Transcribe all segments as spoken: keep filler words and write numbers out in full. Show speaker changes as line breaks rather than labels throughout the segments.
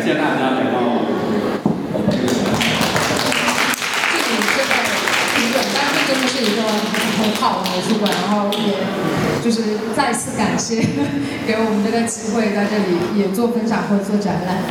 谢大家来到我们这个。
这里真的挺远，但是真的是一个很好的美术馆，然后也就是再次感谢给我们这个机会在这里也做分享或者做展览。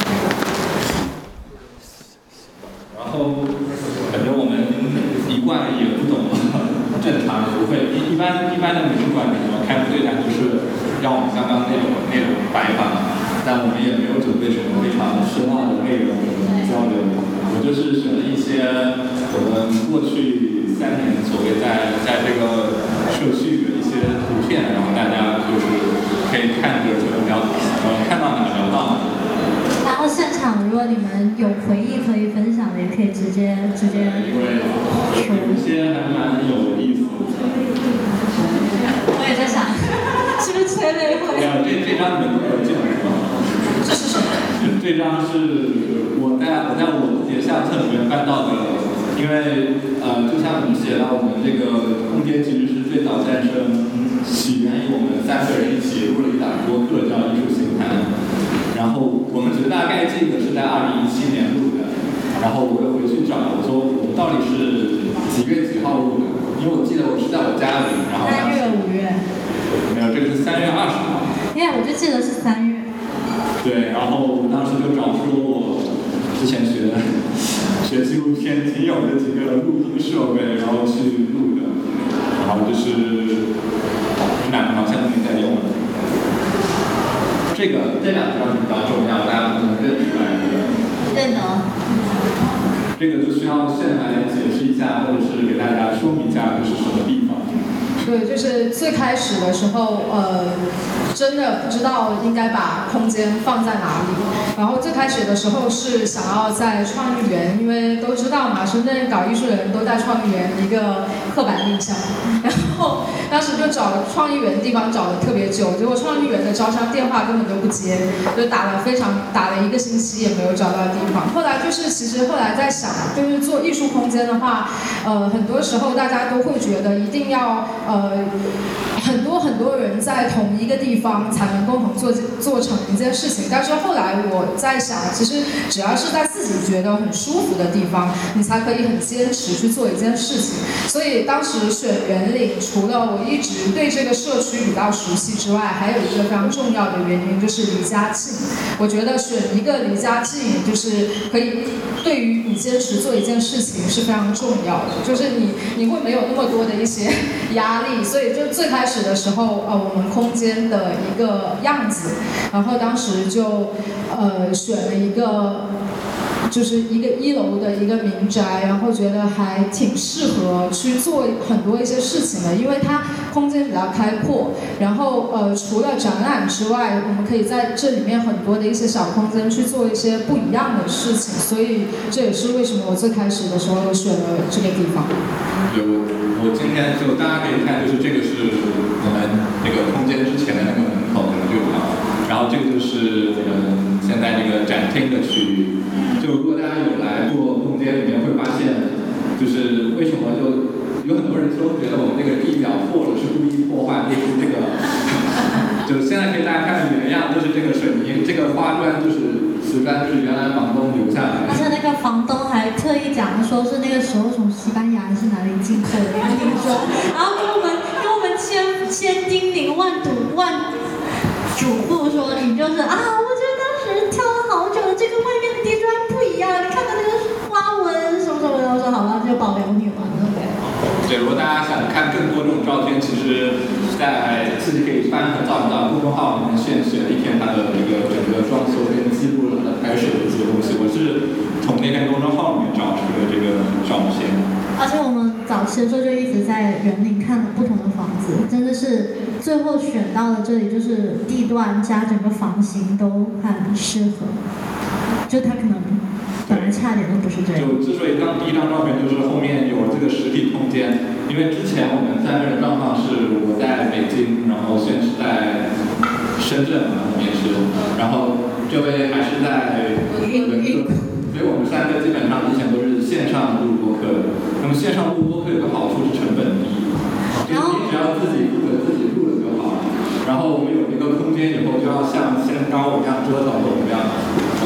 然后感觉我们一贯也不懂正常不会一一般一般的美术馆里面开幕对谈就是让我们刚刚那种那种摆法，但我们也没有准备什么非常深奥的内容什么交流，我们就是选了一些我们过去三年所谓在在这个社区的一些图片，然后大家就是可以看着就聊，呃看到哪聊到哪。
然后现场如果你们有回忆可以分享的，也可以直接直接
因为有一些还蛮有意思的。
我也在想，是不是催泪会？
没有，这这张你们都有见过是吧？
这是什么？
这张是我在我在我自己的相册里面翻到的，因为呃，就像你写到我们这个空间其实是最早诞生，起源于我们三个人一起录了一档播客叫《艺术形谈》。然后我们只大概记得是在二零一七年录的，然后我又回去找，我说我们到底是几月几号录的？因为我记得我是在我家里，然后
三月五月。
没有，这个是三月二十号。
因为我就记得是三月。
对，然后我当时就找出我之前学学纪录片仅有的几个录音设备，然后去录的，然后就是你们两个好像都没在用了。这个这两张比较重要，大家都能认出来。
对的。
这个就需要现来解释一下，或者是给大家说明一下这是什么地方。
对，就是最开始的时候，呃，真的不知道应该把空间放在哪里。然后最开始的时候是想要在创意园，因为都知道嘛，深圳搞艺术的人都在创意园一个刻板印象。然后当时就找创意园的地方找了特别久，结果创意园的招商电话根本就不接，就打了非常打了一个星期也没有找到地方。后来就是其实后来在想，就是做艺术空间的话，呃，很多时候大家都会觉得一定要呃很多很多人在同一个地方才能共同做做成一件事情。但是后来我在想，其实只要是在自己觉得很舒服的地方，你才可以很坚持去做一件事情。所以当时选园林，除了我一直对这个社区比较熟悉之外，还有一个非常重要的原因就是离家近。我觉得选一个离家近，就是可以对于你坚持做一件事情是非常重要的，就是你你会没有那么多的一些压力。所以就最开始的时候，呃，我们空间的一个样子，然后当时就呃选了一个。就是一个一楼的一个民宅，然后觉得还挺适合去做很多一些事情的，因为它空间比较开阔，然后呃除了展览之外，我们可以在这里面很多的一些小空间去做一些不一样的事情，所以这也是为什么我最开始的时候选了这个地方。
对，我我今天就大家可以看，就是这个是我们那个空间之前的那个门口的地方，然后这个就是我们现在这个展厅的区域。就如果大家有来过空间里面，会发现，就是为什么就有很多人都觉得我们这个地表或者是故意破坏，就是这个，就现在可以大家看到原样，就是这个水泥，这个花砖就是瓷砖，就是原来房东留下来的。
而且那个房东还特意讲说是那个时候从西班牙还是哪里进口的，我听说，然后跟我们跟我们千千叮咛万嘱万嘱咐说，你就是啊，我觉得当时挑了好久，这个外面的地砖不一样，你看看那个花纹什么什么的，我说好吧，就保留你嘛，对不对？
对，如果大家想看更多这种照片，其实在自己可以翻很早很早公众号里面现写了一篇他的一个整个装修跟记录了拍摄的这些东西，我是从那篇公众号里面找出的这个照片。
而且我们早期的时候就一直在园林看了不同的房子，真的是最后选到了这里，就是地段加整个房型都很适合，就它可能本来差点都不是这样。
就之所以当第一张照片就是后面有了这个实体空间，因为之前我们三个人状况是我在北京，然后现在是在深圳嘛，我们也是，然后这位还是在伦敦，所以我们三个基本上以前都是线上录播客的。那么线上录播客有个好处是成本低，就是你只要自己负责自己录了就好了。然后我们有一个空间以后，就要像像刚刚我这样折腾我们这样，我们得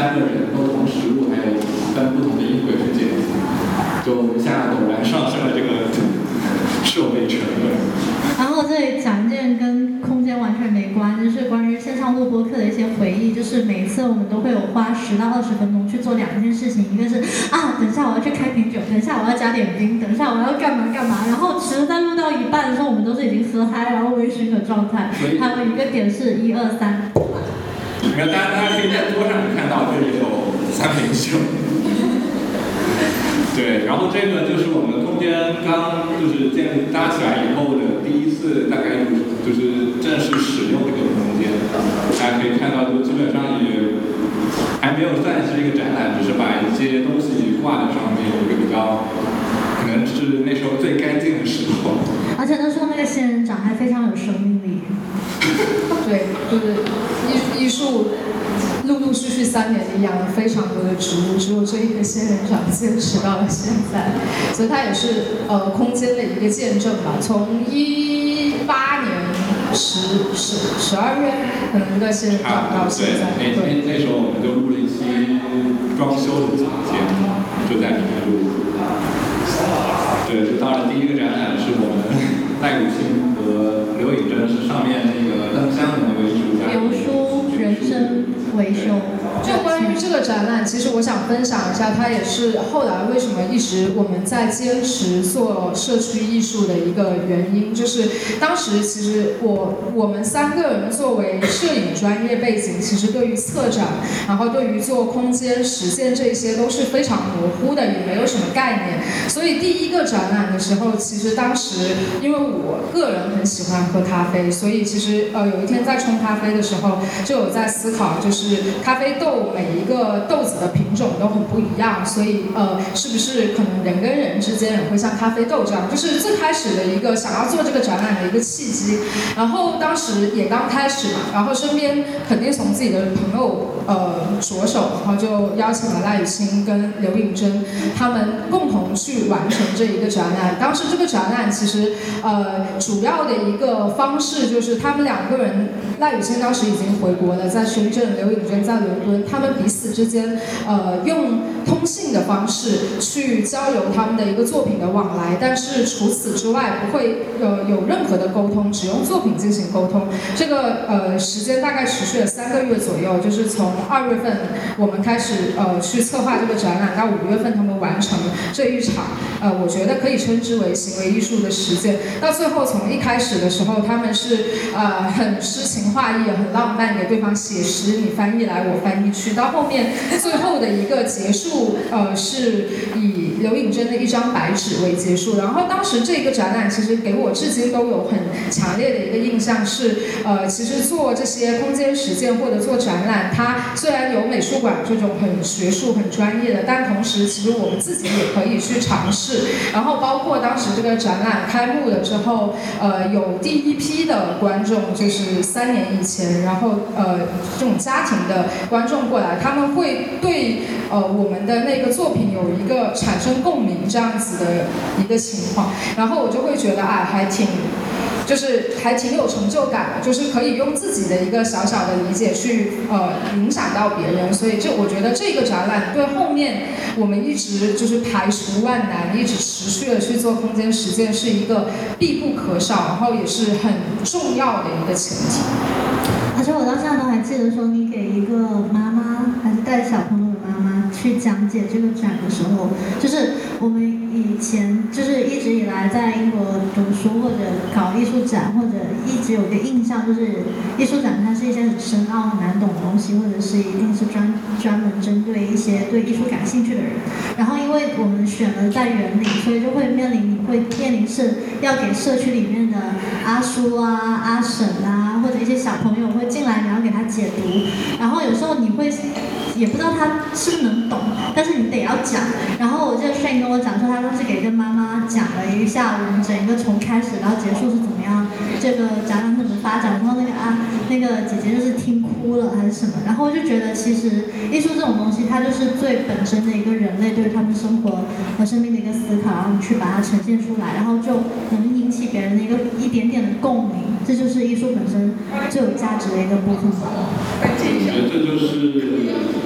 三个人都同时录，还有分不同的音轨去剪辑，就一下陡然上升了这个设备成本。
然后这里讲一件跟空间完全没关，就是关于线上录播课的一些回忆。就是每次我们都会有花十到二十分钟去做两件事情，一个是啊，等一下我要去开瓶酒，等一下我要加点冰，等一下我要干嘛干嘛。然后其实在录到一半的时候，我们都是已经喝嗨，然后微醺的状态。还有一个点是一二三。
你看，大家大家可以在桌上看到，这里有三瓶酒。对，然后这个就是我们空间刚就是建立搭起来以后的第一次，大概就是正式使用这个空间。大家可以看到，就基本上也还没有算是一个展览，只是把一些东西挂在上面，有一个比较，可能是那时候最干净的时候。
而且那时候那个仙人掌还非常有生命力。
对，就是艺艺术。陆陆续续三年里养了非常多的植物，只有这一个仙人掌坚持到了现在，所以它也是呃空间的一个见证吧。从一八年十十十二月，可能这个仙人掌到现在。
对，那那那时候我们就录了一期装修的节目，就在里面录。对，就到了第一个展览是我们赖汝清和刘颖珍是上面那个灯箱的那个艺术家。
刘书人生。维修。
就关于这个展览，其实我想分享一下，它也是后来为什么一直我们在坚持做社区艺术的一个原因，就是当时其实我我们三个人作为摄影专业背景，其实对于策展，然后对于做空间实践这些都是非常模糊的，也没有什么概念。所以第一个展览的时候，其实当时因为我个人很喜欢喝咖啡，所以其实呃有一天在冲咖啡的时候，就有在思考，就是咖啡豆每一个豆子的品种都很不一样，所以呃是不是可能人跟人之间也会像咖啡豆这样，就是最开始的一个想要做这个展览的一个契机。然后当时也刚开始嘛，然后身边肯定从自己的朋友呃着手，然后就邀请了赖宇清跟刘颖珍他们共同去完成这一个展览。当时这个展览其实呃主要的一个方式就是他们两个人，赖宇清当时已经回国了，在深圳，刘颖珍在伦敦，他们彼此之间呃用通信的方式去交流他们的一个作品的往来，但是除此之外不会呃有任何的沟通，只用作品进行沟通。这个呃时间大概持续了三个月左右，就是从二月份我们开始呃去策划这个展览，到五月份他们完成这一场呃我觉得可以称之为行为艺术的实践。到最后从一开始的时候，他们是呃很诗情画意，很浪漫，给对方写诗，你翻译来我翻译去，到后面最后的一个结束呃是以刘颖珍的一张白纸为结束。然后当时这个展览其实给我至今都有很强烈的一个印象是呃其实做这些空间实践或者做展览，它虽然有美术馆这种很学术很专业的，但同时其实我们自己也可以去尝试。然后包括当时这个展览开幕了之后，呃有第一批的观众，就是三年以前，然后呃这种家庭的观众过来，他们会对呃我们的那个作品有一个产生共鸣这样子的一个情况，然后我就会觉得哎还挺。就是还挺有成就感的，就是可以用自己的一个小小的理解去呃影响到别人，所以这我觉得这个展览对后面我们一直就是排除万难，一直持续的去做空间实践是一个必不可少，然后也是很重要的一个前提。
而且我到现在都还记得说，你给一个妈妈还是带小朋友的妈妈去讲解这个展的时候，就是我们以前就是一直以来在英国读书或者搞艺术展，或者一直有个印象，就是艺术展它是一些很深奥很难懂的东西，或者是一定是专专门针对一些对艺术感兴趣的人。然后因为我们选了在园里，所以就会面临你会面临是要给社区里面的阿叔啊、阿婶啊，或者一些小朋友会进来，你要给他解读。然后有时候你会也不知道他是不是能懂，但是你得要讲。然后我记得 Shane 跟我讲说，他当时给跟妈妈讲了一下我们整个从开始到结束是怎么样，这个展览怎么发展。然后那个啊那个姐姐就是听哭了还是什么，然后我就觉得其实艺术这种东西，它就是最本身的一个人类对他们生活和生命的一个思考，然后你去把它呈现出来，然后就能引起别人的一个一点点的共鸣，这就是艺术本身最有价值的一个部分吧。
我觉得这就是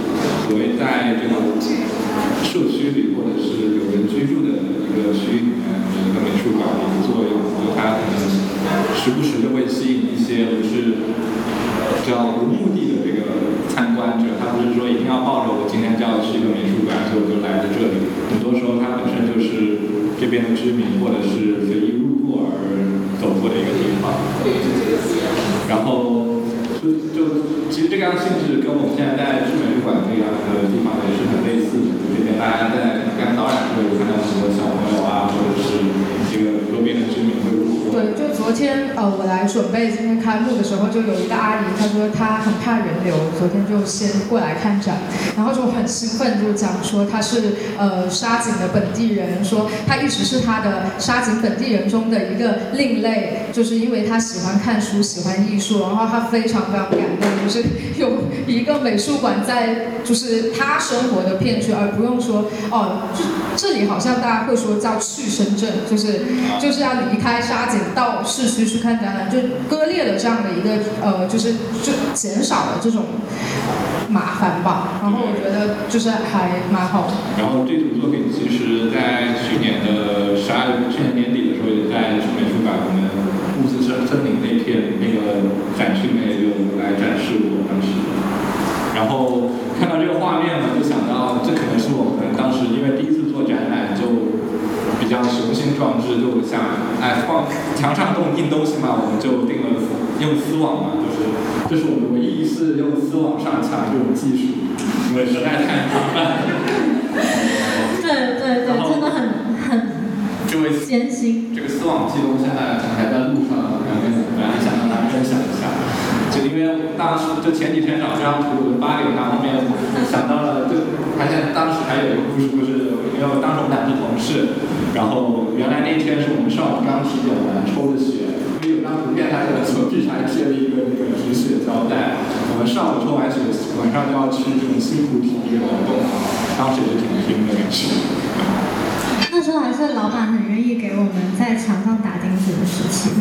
所谓在这个社区里或者是有人居住的一个区域里面的一个美术馆的一个作用，就它可能时不时的会吸引一些就是叫无目的的这个参观者，他不是说一定要抱着我今天就要去一个美术馆，所以我就来到这里。很多时候它本身就是这边的居民或者是随意路过而走过的一个地方。然后就就其实这个样性质跟我们现在在去美术馆这样的地方也是很类似的。这边大家在看导览会看到很多小朋友啊，或者是这个周边的居民会路过。
对，就昨天呃我来准备今天开幕的时候，就有一个阿姨，她说她很怕人流，昨天就先过来看展，然后就很兴奋，就讲说她是呃沙井的本地人，说她一直是她的沙井本地人中的一个另类，就是因为她喜欢看书，喜欢艺术，然后她非常非常感动，就是有一个美术馆在就是她生活的片区，而不用说哦，就这里好像大家会说叫去深圳，就是就是要离开沙井到市区去看展览，就割裂了这样的一个呃，就是就减少了这种麻烦吧。然后我觉得就是还蛮好的。
然后这组作品其实在去年的十二月，去年年底的时候也在美术馆我们物资森森林那片那个展区内有来展示过当时。然后看到这个画面呢，就想到这可能是我们当时因为第一次做展览就比较雄心壮志，就想哎放墙上动印东西嘛，我们就定了用丝网嘛，就是这是我们唯一一次用丝网上墙这种技术，因为实在太麻烦。
对对对，真的很很
这位
艰辛。
这个丝网记录现在还在路上，然后本来想跟大家分享一下。就因为当时就前几天找这张图，我就发给他，后面想到了，就发现当时还有一个故事，就是因为当时我们俩是同事，然后原来那一天是我们上午刚体检完抽的血，因为有张图片，他这个手臂上还贴了一个那个止血胶带，我们上午抽完血，晚上就要去这种辛苦体力劳动，当时也是挺拼的感觉。
那时候还是老板很愿意给我们在墙上打钉子的事情。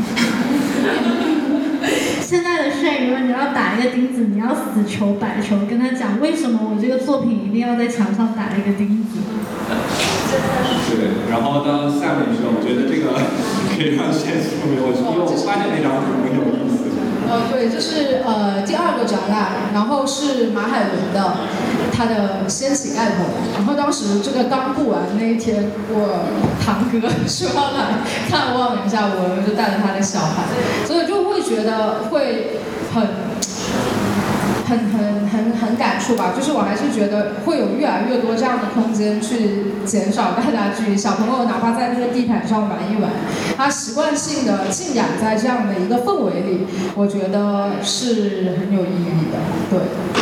现在的摄影，如果你要打一个钉子，你要死求百求跟他讲为什么我这个作品一定要在墙上打一个钉子。
对，然后到下面的时候，我觉得这个可以让现实后面，我因为我发现那张图很有意思。
呃，对，这是呃第二个展览，然后是马海伦的他的掀起盖头，然后当时这个刚布完那一天，我堂哥说要来看望一下我，就带着他的小孩，所以就会觉得会很。很很很很感触吧，就是我还是觉得会有越来越多这样的空间去减少大家距离，小朋友哪怕在那个地毯上玩一玩，他习惯性的浸染在这样的一个氛围里，我觉得是很有意义的，对。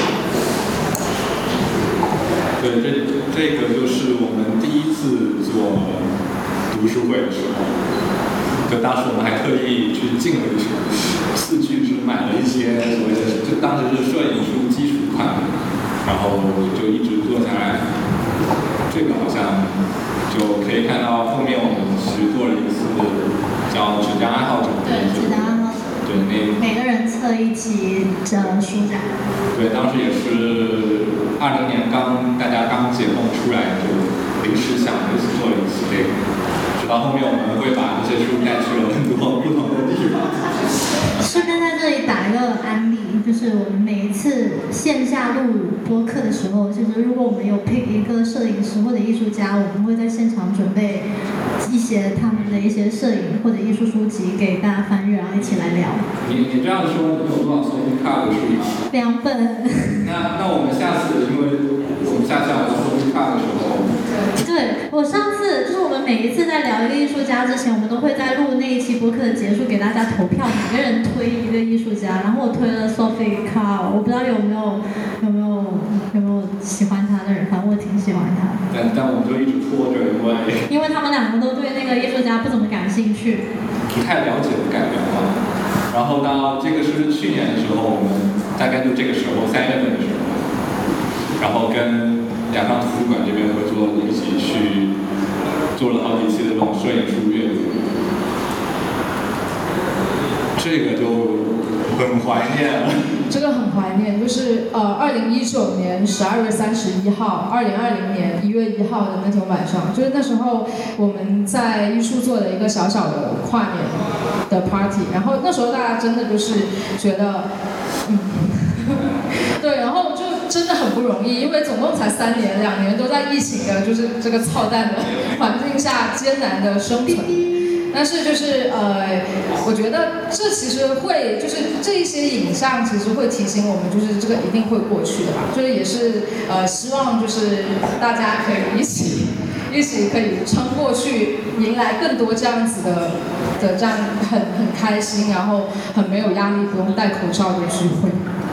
对，这这个就是我们第一次做读书会的时候，就当时我们还特意去进了一些四句纸，买了一些所谓的，就当时是摄影书基础款，然后就一直做下来。这个好像就可以看到后面我们其实做了一次叫纸浆爱好者的一
对，纸浆爱好者。
对，那
每个人策一期的书展。
对，当时也是二零年刚大家刚解封出来，就临时想一起做了一期这个。直到后面我们会把这些书带去了很多不同的地方。
顺便在这里打一个安利，就是我们每一次线下录播客的时候，就是如果我们有配一个摄影师或者艺术家，我们会在现场准备一些他们的一些摄影或者艺术书籍给大家翻阅，然后一起来聊。
你你这样说，你有多少 Sophie Card 的书吗？
两本。
那那我们下次，因为我们下次要 Sophie Card 的时候。
对，我上次就是我们每一次在聊一个艺术家之前，我们都会在录那一期播客的结束给大家投票，每个人推一个艺术家。然后我推了 Sophie Card， 我不知道有没有有没有有没有喜欢他的人，反正我挺喜欢他的。
但但我们就一直拖着，因为
因为他们两个都对那个艺术家不怎么感兴趣，
不太了解的感觉嘛。然后到这个是去年的时候，我们大概就这个时候三月份的时候，然后跟雅康图书馆这边合作，一起去做了好几期的这种摄影书阅读。这个就很怀念了。
这个很怀念，就是呃，二零一九年十二月三十一号，二零二零年一月一号的那天晚上，就是那时候我们在艺术做了一个小小的跨年的 party， 然后那时候大家真的就是觉得，嗯，对，然后就真的很不容易，因为总共才三年，两年都在疫情的，就是这个操蛋的环境下艰难的生存。但是就是呃，我觉得这其实会就是这一些影像其实会提醒我们，就是这个一定会过去的吧。就是也是呃，希望就是大家可以一起一起可以撑过去，迎来更多这样子的的这样很很开心，然后很没有压力，不用戴口罩的聚会。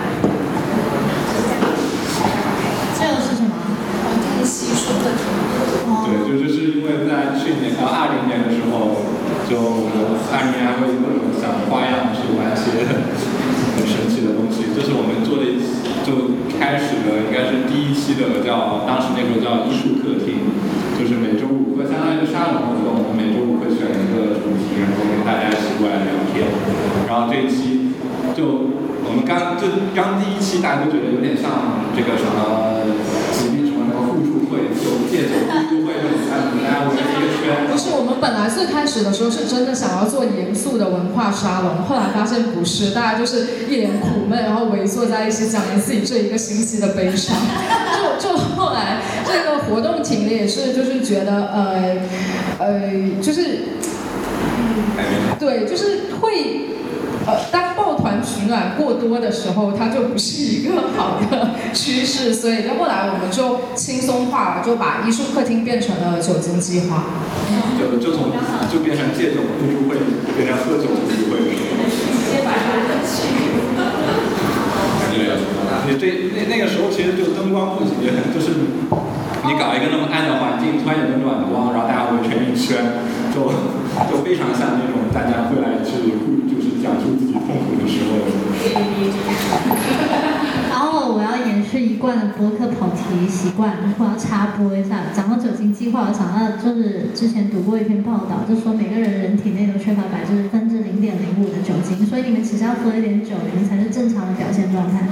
这个是什么？
定期说的。
对，就就是因为在去年到二零年的时候，就二零年还会各种想花样去玩一些很神奇的东西。这是我们做的一就开始的应该是第一期的叫当时那时候叫艺术客厅，就是每周五会相当于一个沙龙活动，我们每周五会选一个主题，然后跟大家一起过来聊天。然后这一期就我们刚就刚第一期大家都觉得有点像这个什么疾病什么什么互助会，就借酒互助会这种感觉，大家围着一个圈。
不是，我们本来最开始的时候是真的想要做严肃的文化沙龙，后来发现不是，大家就是一脸苦闷，然后围坐在一起讲自己这一个星期的悲伤。就就后来这个活动停了，也是就是觉得呃呃就是，对，就是会。呃，当抱团取暖过多的时候，它就不是一个好的趋势，所以后来我们就轻松化了，就把艺术客厅变成了酒精计划。
就就从就变成借酒互助会，变成喝酒互助会。直接把它去。对，这那那个时候其实就灯光布景也很，就是你搞一个那么暗的环境，突然有个暖光，然后大家围成一圈，就就非常像那种大家会来去就是讲述自己痛苦的时候。
然后我要延续一贯的播客跑题习惯，我要插播一下。讲到酒精计划，我想到就是之前读过一篇报道，就说每个人人体内都缺乏百分之零点零五的酒精，所以你们其实要喝一点酒，你们才是正常的表现状态。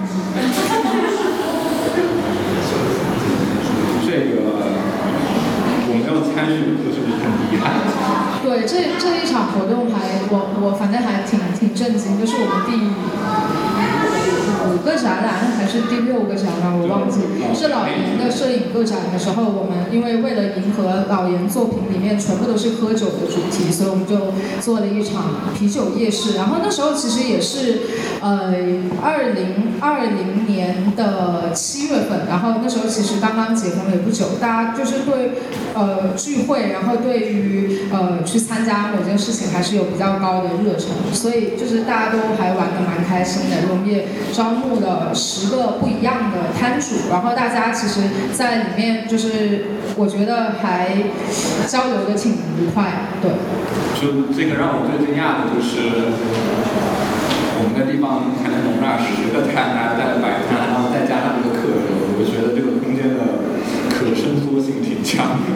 这个我没有参与，就是很遗憾。
对，这这一场活动还我我反正还挺挺震惊，就是我们第五个展览还是第六个展览，我忘记，是老严的摄影个展的时候，我们因为为了迎合老严作品里面全部都是喝酒的主题，所以我们就做了一场啤酒夜市。然后那时候其实也是呃二零二零年的七月份，然后那时候其实刚刚解封没不久，大家就是对呃聚会，然后对于呃去参加某件事情还是有比较高的热忱，所以就是大家都还玩得蛮开心的。我们也招募了十个不一样的摊主，然后大家其实在里面就是我觉得还交流的挺愉快，对。
就这个让我最惊讶的就是我们的地方还能容纳十个摊，大家在摆摊，然后再加上这个客人，我觉得这个空间的可伸缩性挺强的。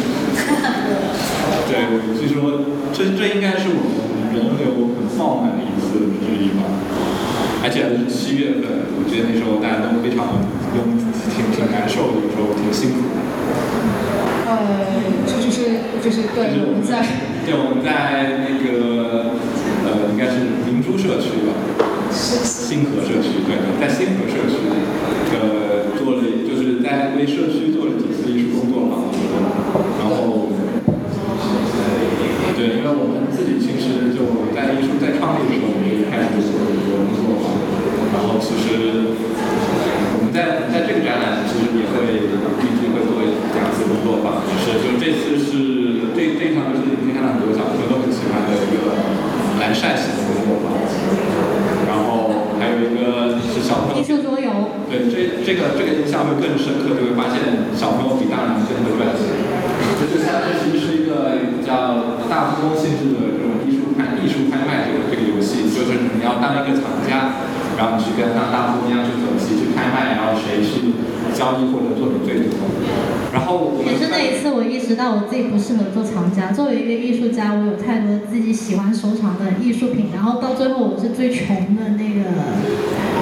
对，据说这这应该是我们人流很爆满的一次之一吧。而且是七月份，我觉得那时候大家都非常拥挤，挺挺难受的，有时候挺辛苦的。
呃，就就是就是对，我们在
对我们在那个呃，应该是明珠社区吧，星河社区，对，在星河社区呃做了，就是在为社区做了几次艺术工作坊，然后对，因为我们自己其实就在艺术在创立的时候，我们就开始做很多工作坊，然后其实我们在在这个展览其实也会预计会做两次工作坊，是就这次是这这场就是你看到很多小朋友都很喜欢的一个蓝晒型的工作坊，然后还有一个是小朋友
艺术桌游，
对，这这个这个印象会更深刻，就会发现小朋友比大人真的会赚钱。这就相当于其实是一个叫大富翁性质的这种艺术拍艺术拍卖这个这个游戏，就是你要当一个藏家，然后你去跟当大富翁一样去走棋去拍卖，然后谁去交易获得作品最多。然后我
也是那一次我意识到我自己不适合做藏家。作为一个艺术家，我有太多自己喜欢收藏的艺术品，然后到最后我是最穷的那个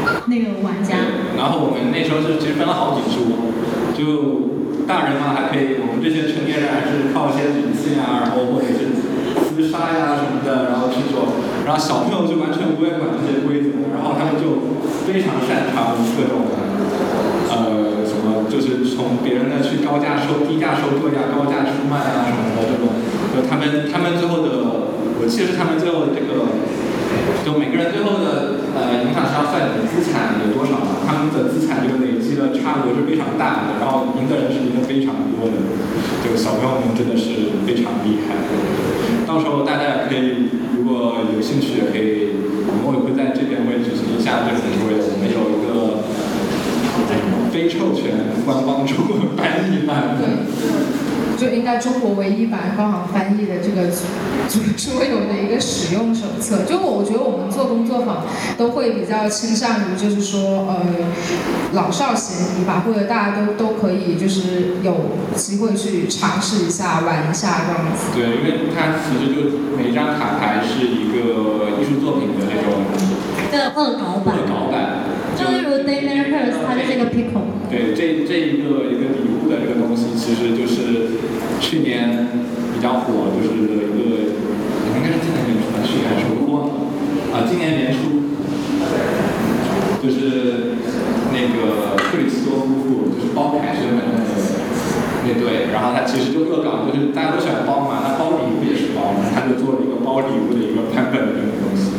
那个玩家。
然后我们那时候是其实分了好几桌，就大人嘛还可以，我们这些成年人还是靠一些理性啊，然后或者是厮杀呀什么的，然后去做。然后小朋友就完全不会管这些规则，然后他们就非常擅长各种呃什么，就是从别人那去高价收、低价收购呀、高价出卖啊什么的这种。就他们他们最后的，我记得是他们最后的这个。就每个人最后的呃影响是要算你的资产有多少嘛，他们的资产这个累积的差额是非常大的，然后赢的人是赢的非常多的，这个小朋友们真的是非常厉害。到时候大家也可以，如果有兴趣也可以，我们也会在这边会举行一下这种作业，我们有一个非授权官方中文翻译版。
对。就应该中国唯一版高行翻译的这个桌游的一个使用手册。就我觉得我们做工作坊都会比较倾向于就是说呃老少咸宜吧，或者大家都都可以就是有机会去尝试一下玩一下这样子。
对，因为它其实就每一张卡牌是一个艺术作品的那种
的恶搞版。
恶搞版。
就例如 Damien Hirst 它就是一个 pickle。
对，这这一个一个礼物的这个东西，其实就是去年比较火，就是的一个，应该是今年年初吧，去年还是我忘了啊，今年年初，就是那个克里斯多夫妇，就是包凯旋门的那个那对，然后他其实就恶搞，就是大家都喜欢包嘛，那包礼物也是包，他就做了一个包礼物的一个版本的这种东西。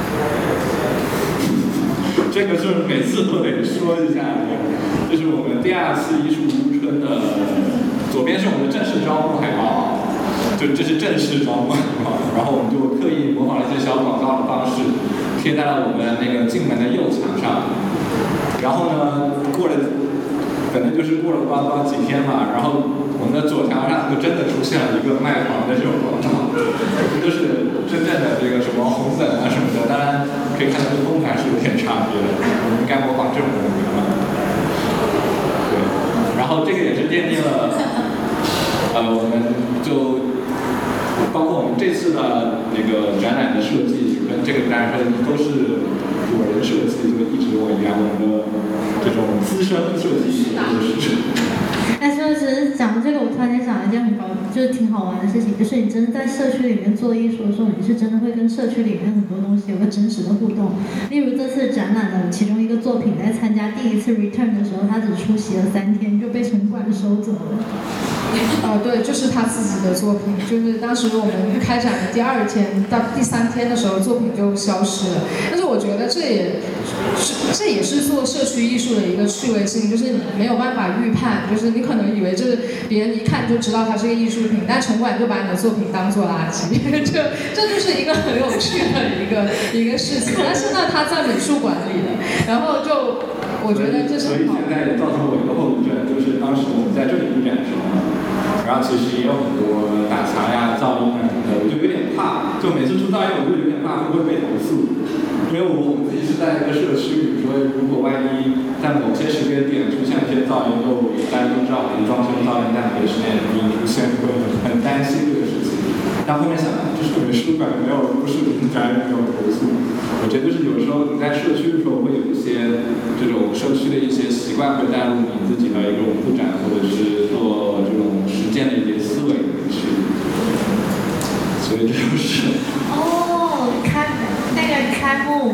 这个是每次都得说一下的，这是我们第二次艺术屋春的，左边是我们的正式招募海报，就这是正式招募海报，然后我们就特意模仿了一些小广告的方式，贴在了我们那个进门的右墙上。然后呢，过了，反正就是过了不知道多少几天嘛，然后我们的左墙上就真的出现了一个卖房的这种广告，就是真正的这个什么红粉啊什么的，当然可以看到这风格还是有点差别的，我们应该模仿这种风格嘛。对，然后这个也是奠定了，呃，我们就包括我们这次的那个展览的设计跟这个展览设计都是有人设计，就一直我以来我们的这种资深设计师就是。
但是其实讲到这个，我突然间想了一件很高，就是挺好玩的事情，就是你真的在社区里面做艺术的时候，你是真的会跟社区里面很多东西有个真实的互动。例如这次展览的其中一个作品，在参加第一次 return 的时候，他只出席了三天就被城管收走了。
哦，对，就是他自己的作品，就是当时我们开展的第二天到第三天的时候，作品就消失了。但是我觉得这也是这也是做社区艺术的一个趣味性，就是你没有办法预判，就是你可能以为这别人一看就知道它是个艺术品，但城管就把你的作品当做垃圾，这这就是一个很有趣的一个一个事情。但是呢，它在美术馆里的，然后就我觉得这是
所以现在造成我一个后遗症，就是当时我们在这里布展的时候，然后其实也有很多打墙呀、噪音啊什么的，我就有点怕，就每次出噪音我就有点怕会不会被投诉，因为我们自己是在一个社区里，所以如果万一在某些时间点出现一些噪音，就大家都知道我们装修噪音在某些时间点出现，会很担心这个事情。但后面想，这是美术馆，没有不是人家也没有投诉。我觉得就是有时候你在社区的时候会有一些这种社区的一些习惯会带入你自己的一种布展或者是做这种实践的一些思维里面去，所以这就是
哦，开那个开幕，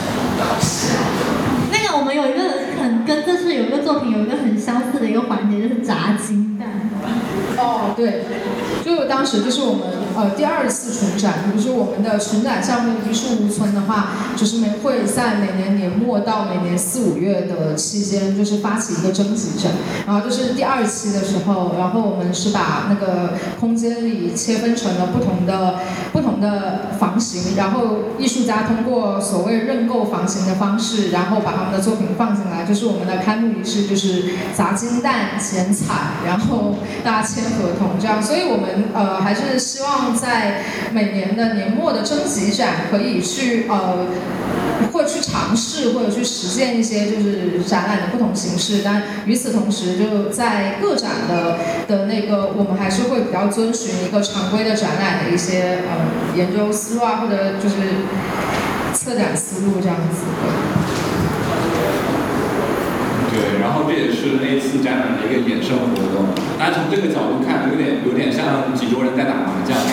那个我们有一个很跟这次有一个作品有一个很相似的一个环节，就是炸金蛋。
哦，对，就当时就是我们呃第二次巡展，就是我们的巡展项目艺术屋村的话，就是每会在每年年末到每年四五月的期间，就是发起一个征集展。然后就是第二期的时候，然后我们是把那个空间里切分成了不同的不同的房型，然后艺术家通过所谓认购房型的方式，然后把他们的作品放进来。就是我们的开幕仪式就是砸金蛋、剪彩，然后大家签合同这样。所以我们呃还是希望在每年的年末的征集展可以去呃会去尝试或者去实践一些就是展览的不同形式，但与此同时就在个展的的那个我们还是会比较遵循一个常规的展览的一些呃研究思路啊，或者就是策展思路这样子。
后这也是那次展览的一个衍生活动。大家从这个角度看，有点有点像几桌人在打麻将。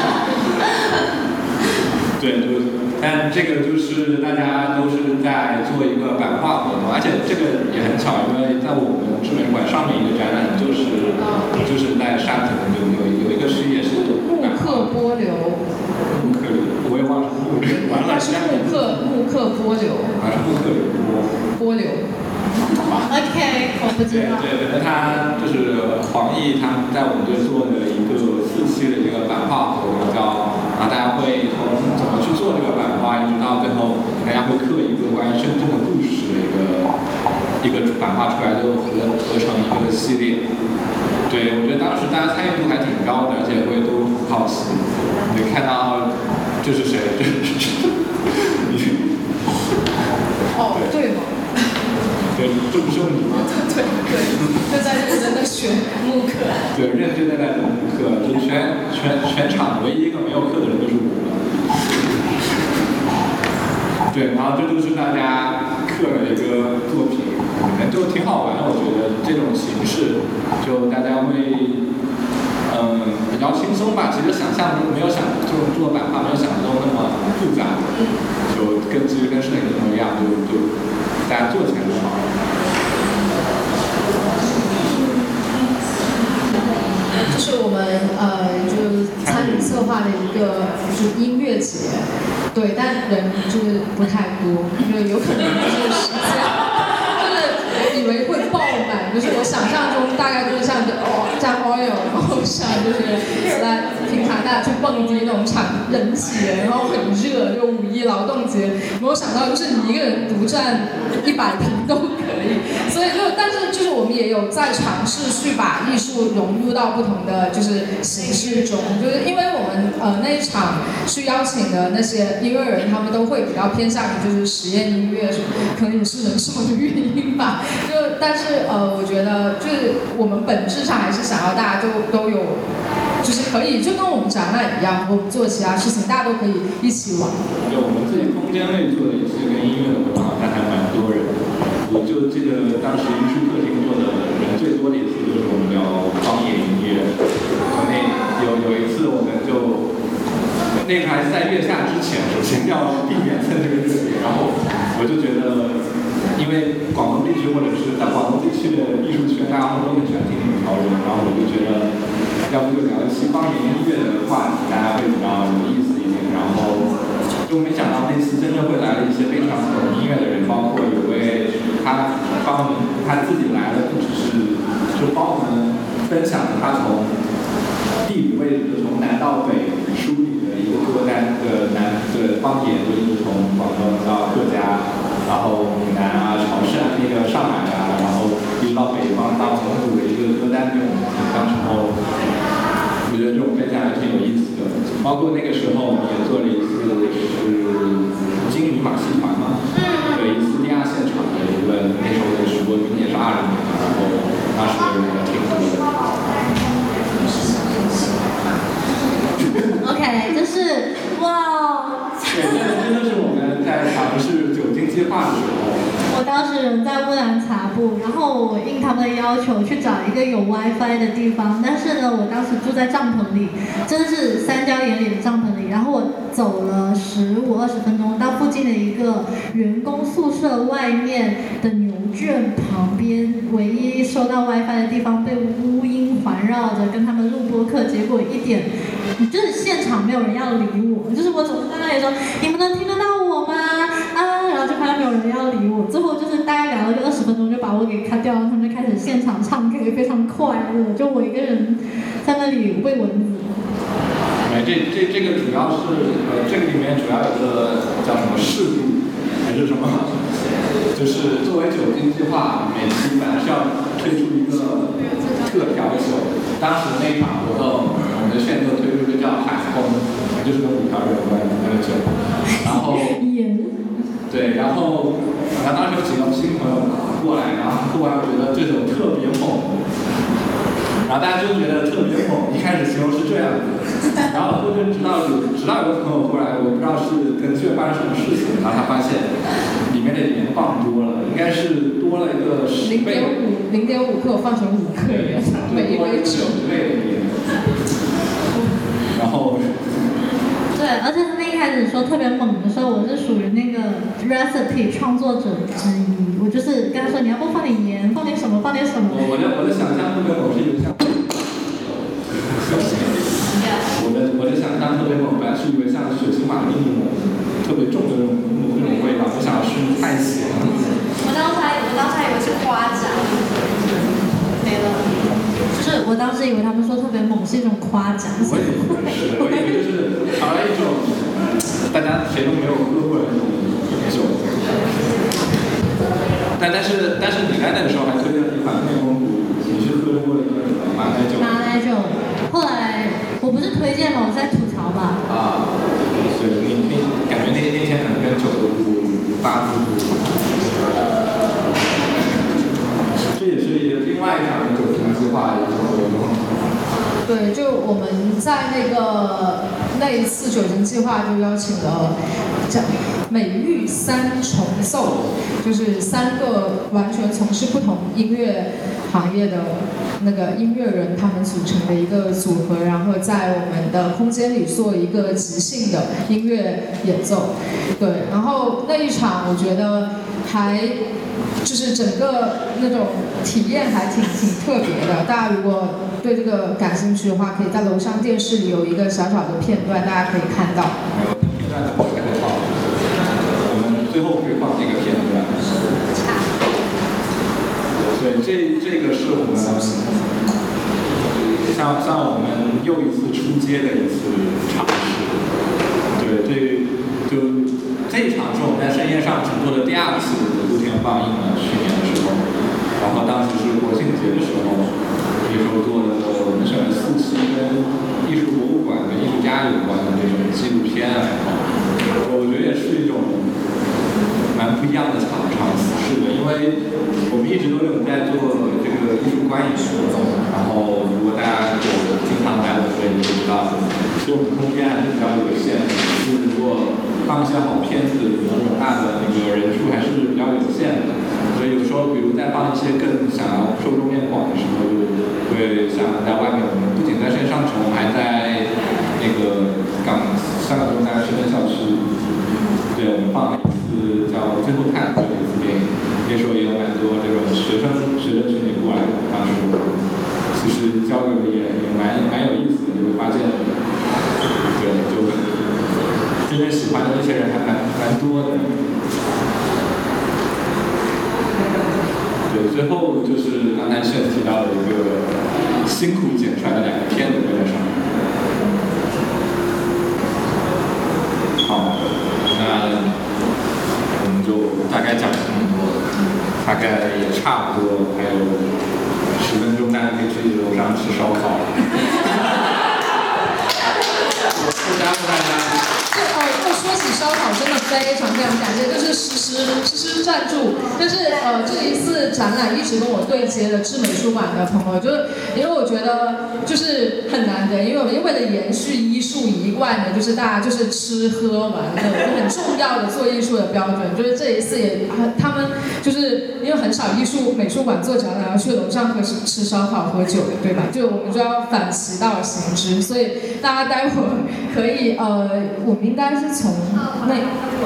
对，就但这个就是大家都是在做一个版画活动，而且这个也很巧，因为在我们知美馆上面一个展览就是就是在沙特有有有一个是也是
木刻波流，
木刻我也忘了木完了，
是木刻木刻波流，
还是木刻流波
波流。
OK， 我不知道。
对对，反正他就是黄奕他们在我们这做的一个四期的一个版画活动，叫啊大家会从怎么去做这个版画，一直到最后大家会刻一个关于深圳的故事的一个一个版画出来，就合合成一个系列。对，我觉得当时大家参与度还挺高的，而且会都很好奇，你看到这是谁？这是谁？
哦，对吗？
对，这不是你吗？
对对，就在认真的学木刻。
对，认真的在读木刻，就全全全场唯一一个没有课的人就是我了。对，然后这都是大家刻的一个作品，就挺好玩的。我觉得这种形式，就大家会嗯比较轻松吧。其实想象中没有想就做版画没有想象中那么复杂，就跟其实跟摄影一模一样，就就。大家做起来就好。
就是我们呃，就参与策划的一个就是音乐节，对，但人就是不太多，就有可能就是时间，就是以为会爆满，就是我想象中大概就是像哦像 oil， 然后像就是来平常大家去蹦迪那种场人挤人，然后很热，就五一劳动节，没有想到就是你一个人独占一百平都可以，所以就但是就是我们也有在尝试去把艺术融入到不同的就是形式中，就是因为我们呃那一场去邀请的那些音乐人，他们都会比较偏向于就是实验音乐什么，可能也是人少的原因吧。就但是呃，我觉得就是我们本质上还是想要大家都都有。就是可以，就跟我们展览一样，我们做其他事情，大家都可以一起玩。
对，我们自己空间内做的一些跟音乐的活动，好像还蛮多人。我就记得当时艺术客厅做的人最多的一次，就是我们聊方言音乐。那有有一次，我们就那个还是在月下之前，首先要避免蹭这个热点，然后我就觉得，因为广东地区或者是在广东地区的艺术圈，大家都很喜欢听听潮人，然后我就觉得。要不就聊一期方言音乐的话题，大家会比较有意思一点。然后就没想到那次真的会来了一些非常懂音乐的人，包括有位他帮我们他自己来了，不只是就帮我们分享了他从地理位置从南到北梳理的一个歌单的南的方言，就是从广东到客家，然后闽南啊、潮汕、那个上海啊，然后一直到北方到蒙古的一个歌单给我们听。当时候。我觉得这种分享还挺有意思的，包括那个时候我们也做了一次是金鱼马戏团嘛，对，一次第二现场的一个那时候的直播，也是二零年，然后当时的人也挺多的。
OK， 就是哇。
对，这真的是我们在尝试酒精计划的时候。
我当时人在乌兰察布，然后我应他们的要求去找一个有 WiFi 的地方，但是呢，我当时住在帐篷里，真的是三郊野岭的帐篷里，然后我走了十五二十分钟到附近的一个员工宿舍外面的牛圈旁边，唯一收到 WiFi 的地方被乌音环绕着，跟他们录播客，结果一点，就是现场没有人要理我，就是我走在那里说，你们能听得到我吗？啊，然后就发现没有人要理我，最后就是大概聊了个二十分钟就把我给cut掉了，他们就开始现场唱歌，非常快乐，就我一个人在那里喂蚊子。
哎，这这这个主要是呃，这个里面主要有个叫什么适度还是什么，就是作为酒精计划，每期本来是要推出一个特调酒，当时那场活动，我们的炫特推出一个叫海风，就是跟五条有关的那个酒，然后。对，然后，然后当时有几个新朋友过来，然后喝完我觉得这酒特别猛，然后大家就觉得特别猛，一开始形容是这样子，然后后面直到有直到有个朋友过来，我不知道是跟这发生什么事情，然后他发现里面的盐放多了，应该是多多了一个
零点五零点五克换成五克盐，每一杯酒。
然后。
对，而且他们一开始说特别猛的时候，我是属于那个 recipe 创作者之一。我就是跟他说，你要不放点盐，放点什么，放点什么。
我我的我的想象特别猛，是一个像。我的我的想象特别猛，本来是以为像血腥玛丽那种特别重的那种那种味道，没想到是太咸了。
我当时还我当时还以为是夸奖，没了。就是我当时以为他们说特别猛是一种夸奖。
我也以为是，我以为就是尝了一种大家谁都没有喝过的那种酒。但但是但是你在那个时候还推荐了一款内蒙古，你是喝过的一个马奶酒。
马奶酒，后来我不是推荐了，我在吐槽吧。
啊，对，你你感觉那那天可能跟酒都不八字不。这也是另外一场酒精计划的一个活动。
对，就我们在那个那一次酒精计划就邀请了叫美育三重奏，就是三个完全从事不同音乐行业的那个音乐人，他们组成的一个组合，然后在我们的空间里做一个即兴的音乐演奏。对，然后那一场我觉得还。就是整个那种体验还挺挺特别的，大家如果对这个感兴趣的话，可以在楼上电视里有一个小小的片段，大家可以看到。
没有片段的我会放，我们最后会放这个片段。对，这这个是我们像像我们又一次出街的一次尝试。对，这就这一场是我们在深夜上直播的第二次露天放映了，去年的时候，然后当时是国庆节的时候，那时候做的我们选了四期跟艺术博物馆跟艺术家有关的这种纪录片来放，我觉得也是一种蛮不一样的尝尝试的，因为我们一直都有在做这个艺术观影活动，然后如果大家有经常来我这里就知道，其实我们空间还是比较有限的，就是如果放一些好片子，能容纳的那个人数还是比较有限的，所以有时候比如在放一些更想要受众面广的时候，就会像在外面，我们不仅在线上城，我们还在那个港香港中山深圳校区，对，我们放了一次叫《最后看》这一次电影，那时候也有蛮多这种学生学生群体过来，当时其实交流也也蛮蛮有意思的，就会发现，对，就。真正喜欢的那些人还蛮蛮多的，对，最后就是刚才炫提到的一个辛苦剪出来的两个片子会在上面。好，那我们就大概讲这么多，大概也差不多，还有十分钟，大家可以去楼上吃烧烤。不耽误大家。
哦，就说起烧烤，真的非常非常感谢，就是诗诗诗诗赞助，就是呃这一次展览一直跟我对接的致美术馆的朋友，就是因为我觉得就是很难得，因为我们为了延续医术一贯的，就是大家就是吃喝玩乐，就很重要的做艺术的标准，就是这一次也他们就是因为很少艺术美术馆做展览要去楼上喝吃烧烤喝酒的，对吧？就我们就要反其道而行之，所以大家待会儿可以呃我们应该是从那。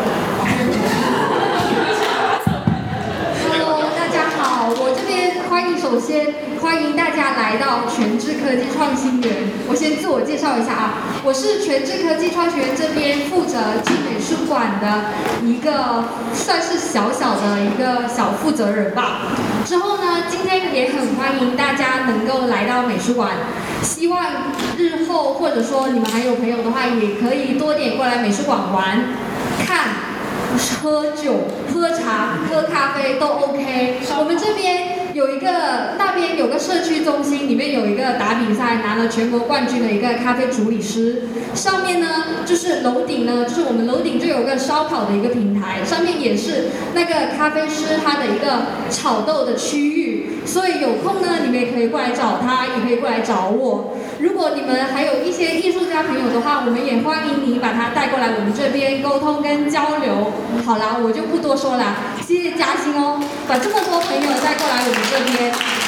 Hello， 大家好，我这边欢迎，首先欢迎大家来到全智科技创新园。我先自我介绍一下啊，我是全智科技创新园这边负责致美术馆的一个算是小小的一个小负责人吧。之后呢，今天也很欢迎大家能够来到美术馆，希望日后或者说你们还有朋友的话，也可以多点过来美术馆玩、看。喝酒、喝茶、喝咖啡都 OK。我们这边有一个，那边有个社区中心，里面有一个打比赛拿了全国冠军的一个咖啡主理师。上面呢，就是楼顶呢，就是我们楼顶就有个烧烤的一个平台，上面也是那个咖啡师他的一个炒豆的区域。所以有空呢，你们也可以过来找他，也可以过来找我。 如果你们还有一些艺术家朋友的话，我们也欢迎你把他带过来我们这边沟通跟交流。好啦，我就不多说啦，谢谢嘉欣哦，把这么多朋友带过来我们这边。